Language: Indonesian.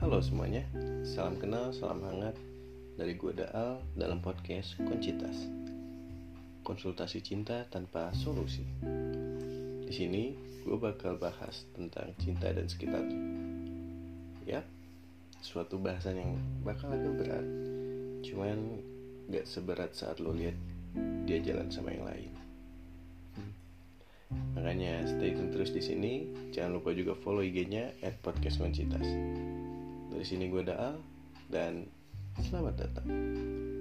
Halo semuanya, salam kenal, salam hangat dari gue Daal dalam podcast Koncitas. Konsultasi cinta tanpa solusi. Di sini gue bakal bahas tentang cinta dan sekitarnya. Ya, suatu bahasan yang bakal agak berat, cuman gak seberat saat lo lihat dia jalan sama yang lain. Makanya stay tune terus di sini. Jangan lupa juga follow IG-nya @podcastkoncitas. Dari sini gue Daal dan selamat datang.